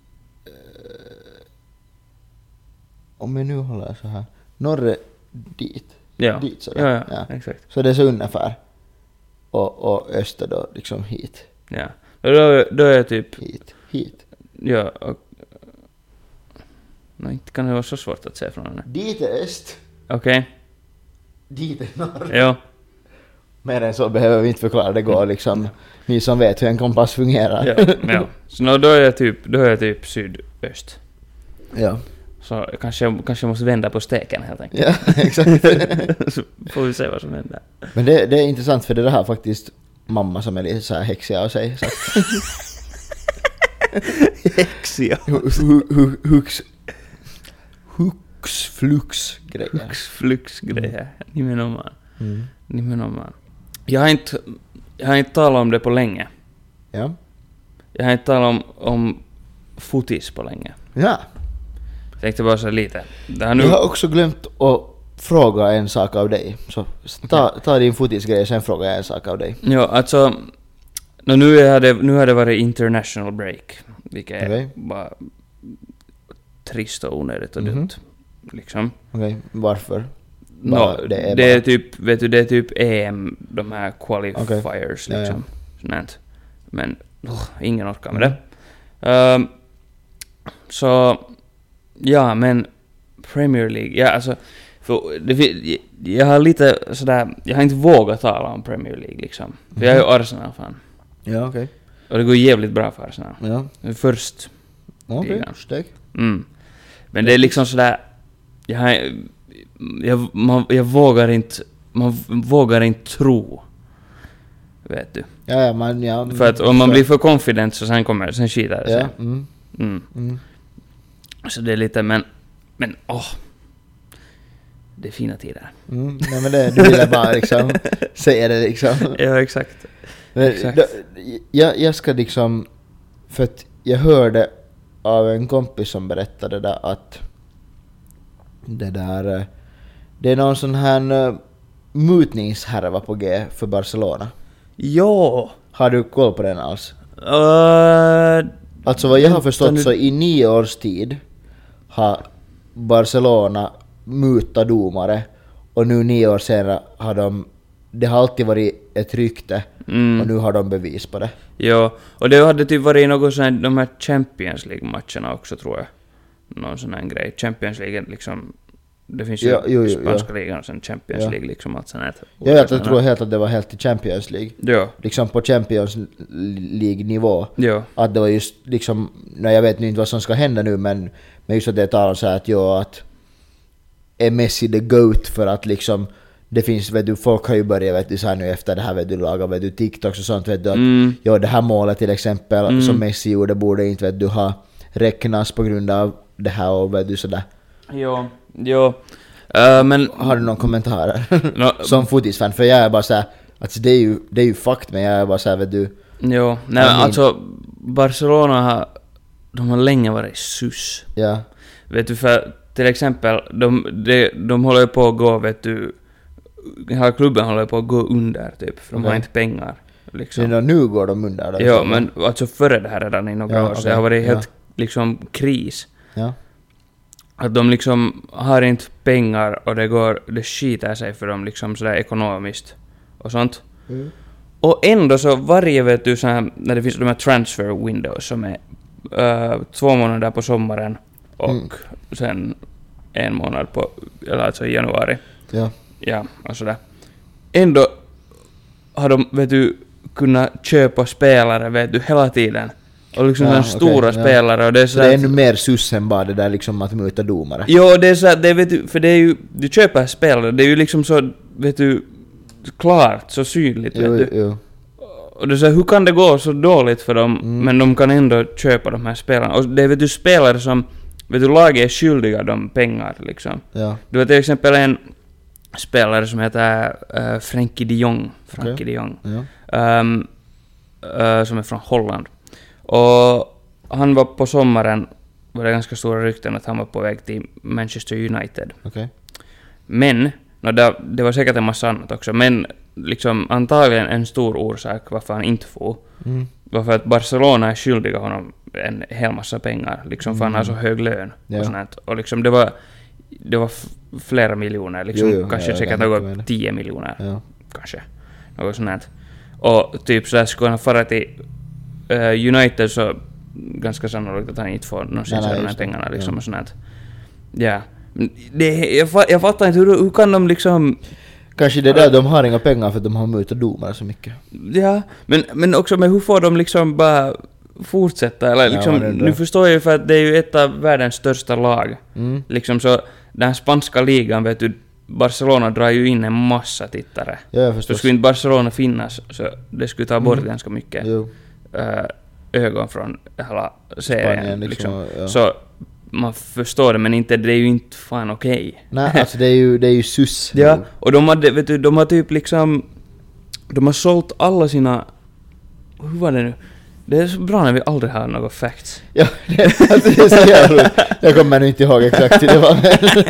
Om vi nu håller så här. Norr är dit. Ja. Dit sådär. Ja, ja, Ja. exakt. Så det är så ungefär. Och, och öster då liksom hit. Ja. Och då, då är jag typ, Hit. Hit. ja, och... No, inte kan det vara så svårt att se från den. Dit är öst. Okej. Dit är norr. Ja. Mer än så behöver vi inte förklara. Det går liksom. Ni som vet hur en kompass fungerar. Ja. Ja. Så no, då är jag typ, då är jag typ sydöst. Ja. Så kanske jag, kanske jag måste vända på steken helt enkelt. Ja, exakt. Så får vi se vad som händer. Men det, det är intressant för det där har faktiskt mamma som är lite så här häxig av sig sagt. Hexia. Hu- hu- hu- Hux... Hux flux grejer. Hux flux grejer. Nimenomaan. Mm. Nimenomaan. Jag har inte, jag har inte talat om det på länge. Ja. Jag har inte talat om, om fotis på länge. Ja. Jag tänkte bara så lite. Det har nu... Jag har också glömt att fråga en sak av dig. Så ta, ta din fotisgrej sen frågar jag en sak av dig. Ja, alltså... No, nu, har det, nu har det varit international break. Vilket Okej. är bara trist och onödigt och Mhm. dumt. Liksom. Okej, varför? No, Bara- det, är bara- typ, vet du, det är typ E M, de här qualifiers Okej. Ja, liksom. Sånt. Men oh, ingen orkar med det. Ehm, så, ja men Premier League, ja alltså, för det, fi- jag har lite sådär, jag har inte vågat tala om Premier League liksom. För jag är ju Arsenal-fan. Ja, okej. Och det går jävligt bra för Arsenal. Ja, Först. okej. Ligan. Steg. Mm. Men det är liksom sådär, jag, har, jag, man, jag vågar inte, man vågar inte tro. Vet du. Ja, ja, man, ja. För att om man så- blir för confident så sen kommer, sen skiter det sig. Ja, mm, Mm. mm. Så det är lite, men, men åh. Det är fina tider. Mm. Nej men det, du ville bara liksom säga det liksom. Ja, exakt. Men, Exakt. då, jag, jag ska liksom, för att jag hörde av en kompis som berättade där att det där, eh, det är någon sån här uh, mutningshärva på G för Barcelona. Jo! Har du koll på den alls? Uh, Alltså vad jag har förstått nu- så i nio års tid har Barcelona mutat domare och nu nio år senare har de, det har alltid varit ett rykte Mm. och nu har de bevis på det. Jo, och det hade typ varit något sån här, de här Champions League-matcherna också tror jag. Någon sån här grej. Champions League liksom, det finns ju Ja, jo, jo, spanska ja. ligan och sen Champions Ja. League liksom allt sånt här. Jag, vet, jag tror helt att det var helt i Champions League. Jo, Liksom på Champions League-nivå. jo. Att det var just liksom, nej jag vet nu inte vad som ska hända nu men, men just att det talar så här att jo att är Messi the GOAT för att liksom det finns, vet du, folk har ju börjat vet du så här nu efter det här vet du laga vet du TikToks och sånt vet du att Mm. jo det här målet till exempel Mm. som Messi gjorde borde inte vet du ha räknas på grund av det här och vet du sådär. Jo, jo. Uh, men... Har du någon kommentar No, som fotisfan? För jag är bara såhär, alltså det är ju, det är ju fakt men jag är bara såhär vet du. jo, nej I mean- alltså Barcelona har, de har länge varit sus. Ja. Vet du, för till exempel, de, de, de håller ju på att gå, vet du, hela klubben håller på att gå under typ, för de Okej. har inte pengar. Liksom. Så nu går de under då, Ja, så- men alltså före det här redan i några Ja, år, så okej, det har varit helt ja. liksom kris. Ja. Att de liksom har inte pengar och det går, det skiter sig för dem liksom sådär ekonomiskt och sånt. Mm. Och ändå så varje vet du så här, när det finns de här transfer windows som är uh, två månader på sommaren och Mm. sen en månad på, eller alltså i januari. Ja. Ja, och sådär. Ändå har de, vet du, kunnat köpa spelare, vet du, hela tiden. Och liksom Ja, ja, okej, stora ja. spelare och det är så Så det är att- ännu mer sus än bara det där liksom att muta domare. Jo, det är så att det vet du, för det är ju, du köper spelare, det är ju liksom så, vet du, klart, så synligt, Jo, vet du. jo. Och det är så här, hur kan det gå så dåligt för dem, Mm. men de kan ändå köpa de här spelarna. Och det är, vet du, spelare som, vet du, laget är skyldiga dem pengar, liksom. Ja. Du har till exempel en spelare som heter uh, Frenkie de Jong, Frankie Okej. de Jong, Ja. um, uh, som är från Holland. Och han var på sommaren, var det ganska stora rykten att han var på väg till Manchester United. Okej. Men, no, det, det var säkert en massa annat också, men liksom antagligen en stor orsak varför han inte får Mm. var för att Barcelona är skyldiga honom en hel massa pengar, liksom för han har så hög lön Ja. och sånt här. Och liksom det var, det var f- flera miljoner, liksom Jo, jo, kanske ja, jag säkert kan tänka mig något det. tio miljoner, Ja. kanske. Något sånt här. Och typ sådär skulle han fara till eh, United så ganska sannolikt att han inte får någonsin Nej, nej, se de här just det. pengarna liksom Ja. och sånt här. Ja. Men det, jag, fa- jag fattar inte hur, hur kan de liksom... Kanske det är där de har inga pengar för att de har mutat domare så mycket. Ja, men, men också med hur får de liksom bara fortsätta? Eller Ja, liksom, man undrar. nu förstår jag ju för att det är ju ett av världens största lag. Mm. Liksom så, den spanska ligan, vet du, Barcelona drar ju in en massa tittare. Ja, jag Så förstår. skulle inte Barcelona finnas, så det skulle ta bort Mm. ganska mycket Jo. äh, ögon från hela serien. Spanien, liksom, liksom. ja. Så man förstår det, men inte, det är ju inte fan okej. Nej, alltså det är ju, det är ju sus. Ja, och de hade, vet du, de har typ liksom... De har sålt alla sina... Hur var det nu? Det är så bra när vi aldrig har några facts. Ja, det, alltså det är så jävla roligt. Jag kommer nu inte ihåg exakt hur det var.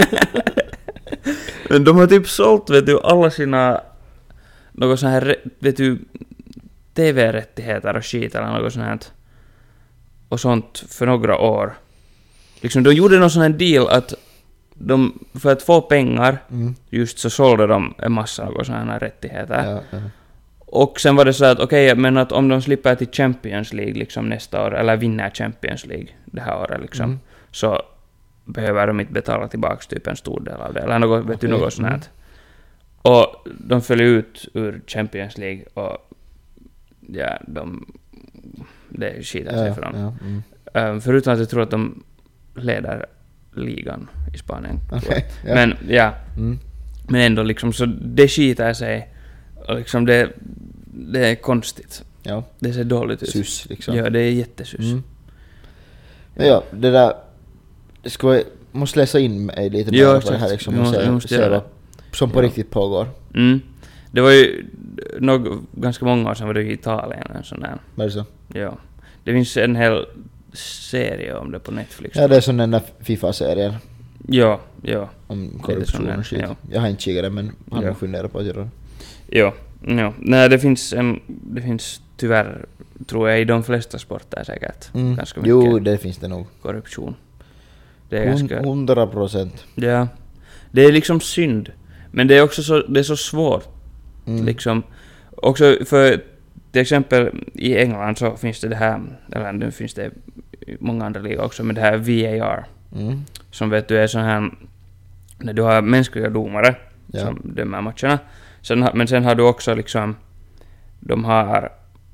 Men de har typ sålt, vet du, alla sina... Något sån här, vet du... T V-rättigheter och skit eller något sånt här. Och sånt för några år. Liksom, de gjorde någon sån här deal att de, för att få pengar, Mm. just så sålde de en massa något såna här rättigheter. Ja, ja. Och sen var det så att okej, men att om de slipper till Champions League liksom nästa år, eller vinner Champions League det här året liksom, Mm. så behöver de inte betala tillbaks typ en stor del av det, eller något, vet du, Okej, något sånt här. mm. Och de föll ut ur Champions League och ja, de... Det skiter sig Ja, för dem. ja, mm. Um, förutom att jag tror att de leder ligan i Spanien. Okej, ja. Men ja, Mm. men ändå liksom så det skiter sig och liksom det, det är konstigt. Ja, Det ser dåligt ut. sus liksom. Ja, det är jättesus. Mm. Men ja, det där... Det ska jag måste läsa in mig lite Ja, mer på det här exakt. liksom Vi och måste- vi se, måste se göra vad det. som på Ja. riktigt pågår. Mm. Det var ju nog ganska många år sedan var det i Italien en sån där. Var det så? Ja. Det finns en hel serie om det på Netflix. Ja, det är sån den där FIFA-serien. Ja, ja. Om korruption och skit. Ja. Jag har inte kikat det, men han Ja. har funderat på att göra det. Ja, ja. Nej, det finns, en, det finns tyvärr, tror jag, i de flesta sporter säkert Mm. ganska mycket Jo, det finns det nog. korruption. Det är ganska... Hundra procent. Ja. Det är liksom synd. Men det är också så, det är så svårt. Mm. Liksom. Också för till exempel i England så finns det det här, eller nu finns det i många andra ligor också, med det här V A R. Mm. Som vet du är sån här, när du har mänskliga domare Ja. som dömer matcherna. Sen, har- men sen har du också liksom, de har,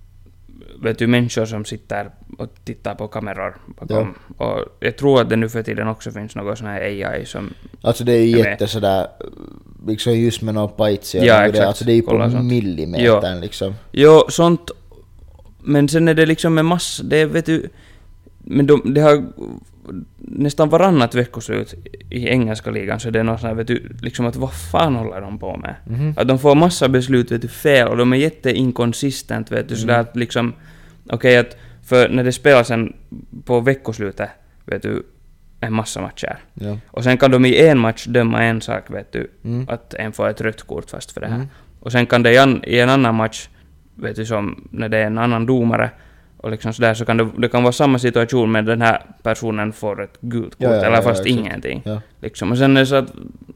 vet du, människor som sitter och tittar på kameror bakom. Och jag tror att det nu för tiden också finns något sån här A I som... Alltså det är ju Jag jätte sådär, liksom just med någon pajtsi. Ja, det, exakt. alltså det är ju på Kolla sånt. millimetern liksom. Jo, sånt. Men sen är det liksom en massa, det vet du, men de, det har nästan varannat veckoslut i engelska ligan så det är något sånt här, vet du, liksom att vad fan håller de på med? Mhm. Att de får massa beslut, vet du, fel och de är jätteinkonsistent, vet du, sådär att liksom, okej att, för när det spelas en på veckoslutet, vet du, en massa matcher. Ja. Och sen kan de i en match döma en sak, vet du, Mm. att en får ett rött kort fast för det här. Mm. Och sen kan det i, an, i en annan match, vet du, som när det är en annan domare och liksom sådär, så kan det, det kan vara samma situation men den här personen får ett gult kort, Ja, ja, eller ja, fast ja, exakt. ingenting. Ja. Liksom. Och sen är det så att,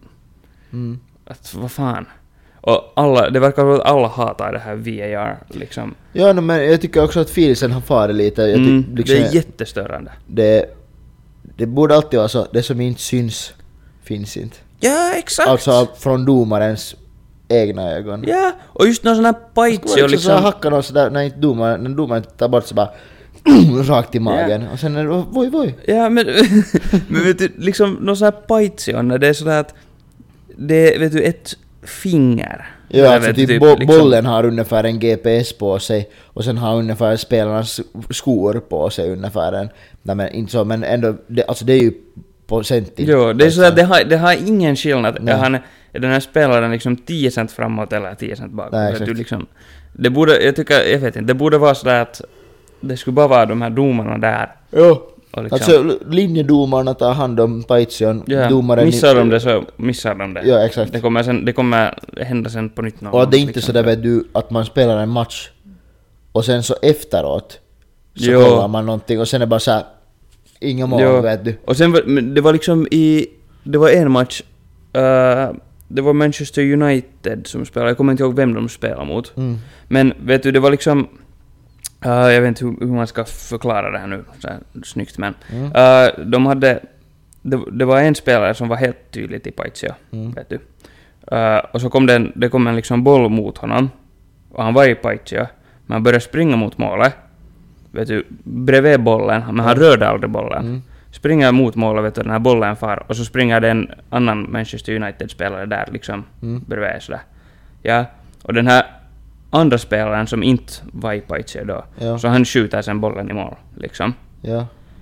Mm. att vad fan. Och alla, det verkar som att alla hatar det här V A R, liksom. Ja, no, men jag tycker också att filsen har farit lite. Jag Mm, tycker, liksom, det är jättestörande. det, det borde alltid vara så, det som inte syns finns inte. Ja, exakt! Alltså från domarens egna ögon. Ja, och just någon sån här Det pajtsi skulle och liksom såhär liksom... hacka någon sådär, när inte domaren, när domaren tar bort så bara rakt i magen. Och sen är det voj voj. Ja, men, men vet du, liksom någon sån här pajtsi och när det är sådär att det är, vet du, ett finger. Ja, Eller alltså vet du, typ, bo- liksom- bollen har ungefär en G P S på sig och sen har ungefär spelarnas skor på sig ungefär en, nej men inte så, men ändå, det, alltså det är ju på centi. Jo, det är sådär, det har, det har ingen skillnad. Nej. Han, är den här spelaren liksom tio cent framåt eller tio cent bakåt. Nej, Vet du, exakt. liksom, det borde, jag tycker, jag vet inte, det borde vara sådär att det skulle bara vara de här domarna där. Jo, Och liksom, alltså linjedomarna tar hand om pajtsion, ja, domaren... missar de det så missar de det. Ja, exakt. Det kommer, sen, det kommer hända sen på nytt någon Och att det är gång, inte liksom. sådär vet du, att man spelar en match och sen så efteråt så Jo. kollar man någonting och sen är det bara såhär, inga mål Jo. vet du. Och sen var, men det var liksom i, det var en match, uh, det var Manchester United som spelade, jag kommer inte ihåg vem de spelade mot. Mm. Men vet du, det var liksom, uh, jag vet inte hur, hur man ska förklara det här nu så här, snyggt, men Mm. uh, de hade, det, det var en spelare som var helt tydligt i Paitsia, Mm. vet du. Uh, och så kom det en, det kom en liksom boll mot honom, och han var i Paitsia, men han började springa mot målet, vet du, bredvid bollen, men han rörde aldrig bollen. Mm. Springer mot målet, vet du, den här bollen far, och så springer det en annan Manchester United-spelare där liksom Mm. bredvid sådär. Ja, och den här andra spelaren som inte var i Paitsia då, Ja. så han skjuter sen bollen i mål, liksom. Ja.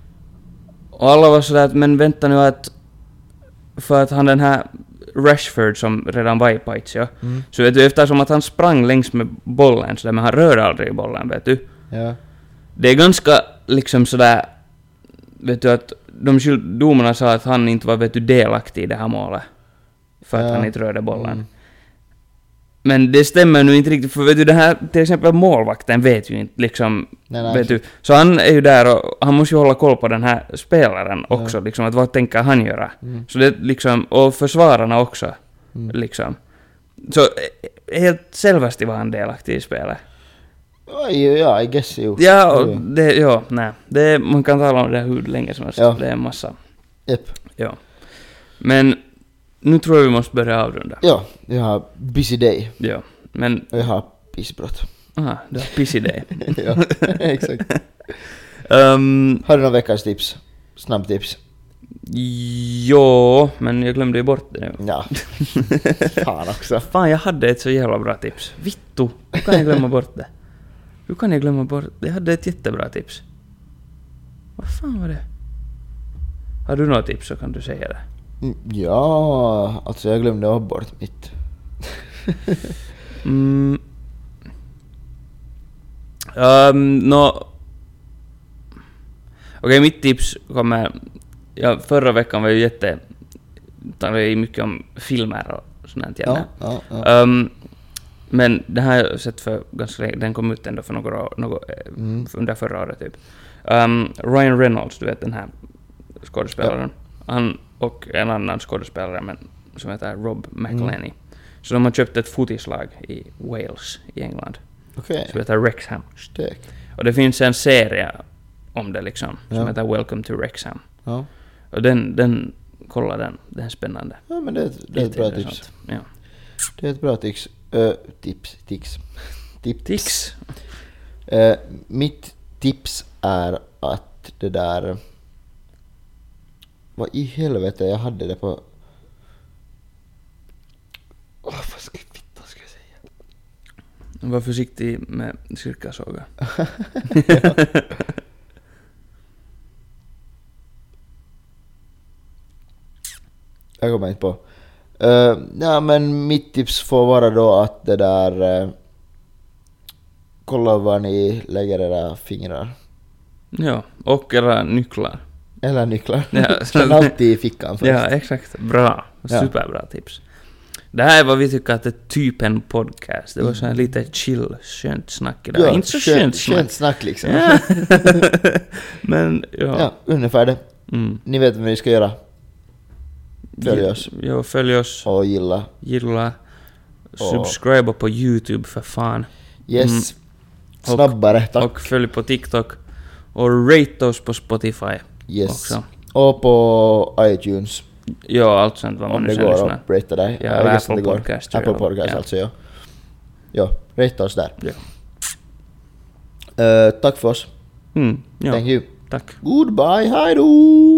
Och alla var sådär att, men vänta nu att, för att han den här Rashford som redan var i Paitsia, Mm. så vet du, eftersom att han sprang längs med bollen sådär, men han rörde aldrig bollen, vet du. Ja. Det är ganska liksom sådär, vet du, att de skyld, domarna sa att han inte var, vet du, delaktig i det här målet. För att Ja. han inte rörde bollen. Mm. Men det stämmer nu inte riktigt, för vet du, den här, till exempel målvakten vet ju inte liksom, Nej, nej, vet du. Så han är ju där och han måste ju hålla koll på den här spelaren också, Ja. liksom, att vad tänker han göra? Mm. Så det liksom, och försvararna också, Mm. liksom. Så eh, helt självasti var han delaktig i spelet. Oj, ja, I guess you. Ja, och Jo. det, ja, nej. Det, man kan tala om det hur länge som helst. Ja. Det är en massa. Japp. Ja. Men nu tror jag vi måste börja avrunda. Ja, jag har busy day Ja. Men, och jag har pissbrott. aha, du har pissig day. Ja, exakt. um, Har du några veckans tips? Snabbtips? jo, men jag glömde ju bort det nu. Ja. Fan också. Fan, jag hade ett så jävla bra tips. Vittu, hur kan jag glömma bort det? Hur kan jag glömma bort det? Jag hade ett jättebra tips. Vad fan var det? Har du något tips så kan du säga det. Mm, ja, alltså jag glömde ha bort mitt. Mm, Um, no... Okej, okay, mitt tips kommer... Ja, förra veckan var ju jätte... talade ju mycket om filmer och sånt här. Ja, ja, ja. Um, men det här har jag sett för ganska länge. Den kom ut ändå för några år, några, Mm. under förra året typ. Um, Ryan Reynolds, du vet den här skådespelaren. Ja. Han och en annan skådespelare men, som heter Rob McElhenney. Mm. Så de har köpt ett fotislag i Wales i England. Okej. Okay. Som heter Wrexham. Stek. Och det finns en serie om det liksom. Som ja. heter Welcome to Wrexham. Ja. Och den, den, kolla den. Den är spännande. Ja, men det är, det är ett bra tips. Ja. Det är ett bra tips. Uh, tips. Tips. Tips. Tips. Uh, mitt tips är att det där... Vad i helvete, jag hade det på... Oh, vad ska, vad ska jag säga? Var försiktig med cirkasåga. Jag kommer inte på. Uh, ja, men mitt tips får vara då att det där... Uh, kolla var ni lägger era fingrar. Ja, och era nycklar. Eller nycklar. Ja. Känn alltid i fickan först. Ja, exakt. Bra. Superbra tips. Det här är vad vi tycker att det är typ en podcast. Det var så här lite chill, skönt snack idag. Ja, inte så skönt, skönt snack. skönt snack liksom. Ja. Men, ja. Ja, ungefär det. Mm. Ni vet vad ni ska göra. Följ oss. Ja, följ oss. Och gilla. Gilla. Subscribe på YouTube för fan. Yes. Mm. Snabbare, tack. Och följ på TikTok. Och rate oss på Spotify. Yes. Också. Och på iTunes. Ja, allt sånt vad man om nu det sen går lyssnar. att rata dig. Ja, eller Apple Podcast. Apple ja. Podcast ja. alltså, ja. Ja, rata oss där. Ja. Uh, tack för oss. Mm, ja. Thank you. Tack. Goodbye, hej då!